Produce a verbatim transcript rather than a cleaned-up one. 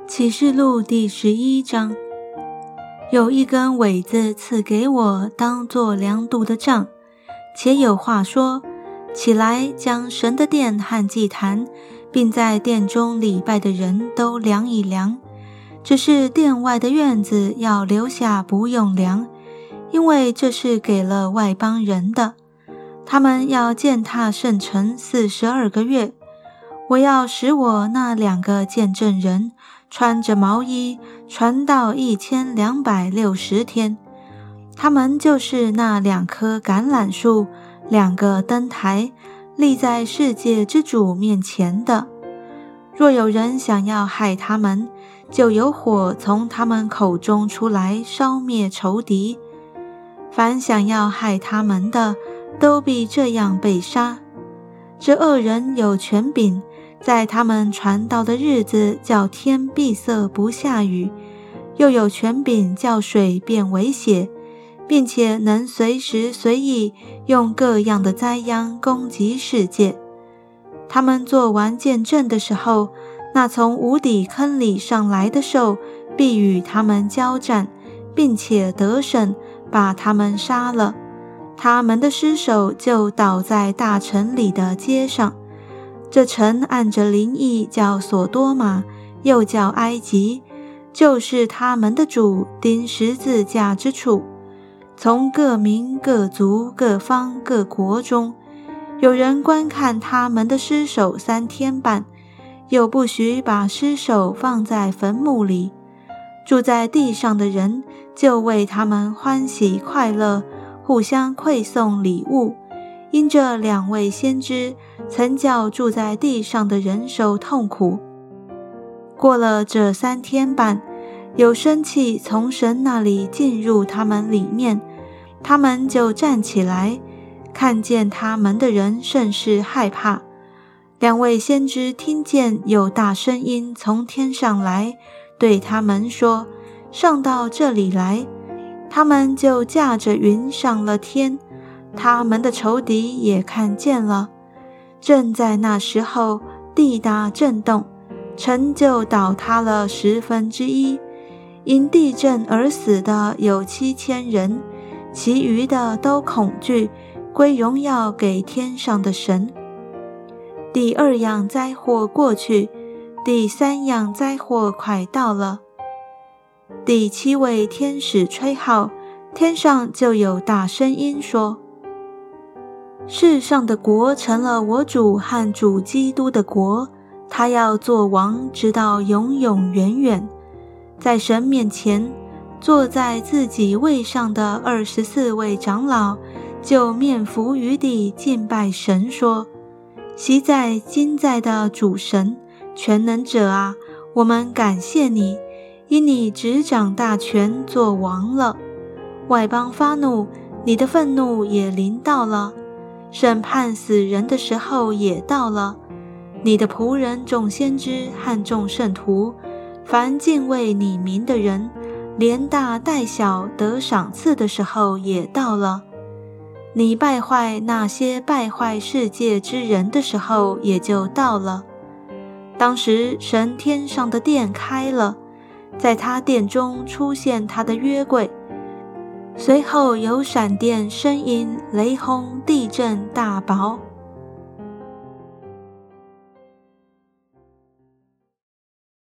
启示录第十一章，有一根苇子赐给我，当作量度的杖，且有话说：起来，将神的殿和祭坛，并在殿中礼拜的人都量一量。只是殿外的院子要留下不用量，因为这是给了外邦人的。他们要践踏圣城四十二个月。我要使我那两个见证人穿着毛衣传道一千两百六十天，他们就是那两棵橄榄树，两个灯台，立在世界之主面前的。若有人想要害他们，就有火从他们口中出来，烧灭仇敌。凡想要害他们的，都必这样被杀。这恶人有权柄，在他们传道的日子，叫天闭塞不下雨，又有权柄叫水变为血，并且能随时随意用各样的灾殃攻击世界。他们做完见证的时候，那从无底坑里上来的兽必与他们交战，并且得胜，把他们杀了。他们的尸首就倒在大城里的街上。这城按着灵意叫索多玛，又叫埃及，就是他们的主钉十字架之处。从各民各族各方各国中，有人观看他们的尸首三天半，又不许把尸首放在坟墓里。住在地上的人就为他们欢喜快乐，互相馈送礼物，因这两位先知曾叫住在地上的人受痛苦。过了这三天半，有生气从神那里进入他们里面，他们就站起来，看见他们的人甚是害怕。两位先知听见有大声音从天上来，对他们说：上到这里来。他们就驾着云上了天，他们的仇敌也看见了。正在那时候，地大震动，城就倒塌了十分之一。因地震而死的有七千人，其余的都恐惧，归荣耀给天上的神。第二样灾祸过去，第三样灾祸快到了。第七位天使吹号，天上就有大声音说：世上的国成了我主和主基督的国，他要做王，直到永永远远。在神面前，坐在自己位上的二十四位长老，就面伏于地敬拜神，说：昔在今在的主神，全能者啊，我们感谢你，因你执掌大权，做王了。外邦发怒，你的愤怒也临到了；审判死人的时候也到了。你的仆人众先知和众圣徒，凡敬畏你名的人，连大带小得赏赐的时候也到了。你败坏那些败坏世界之人的时候也就到了。当时神天上的殿开了，在他殿中出现他的约柜，随后有闪电、声音、雷轰、地震、大雹。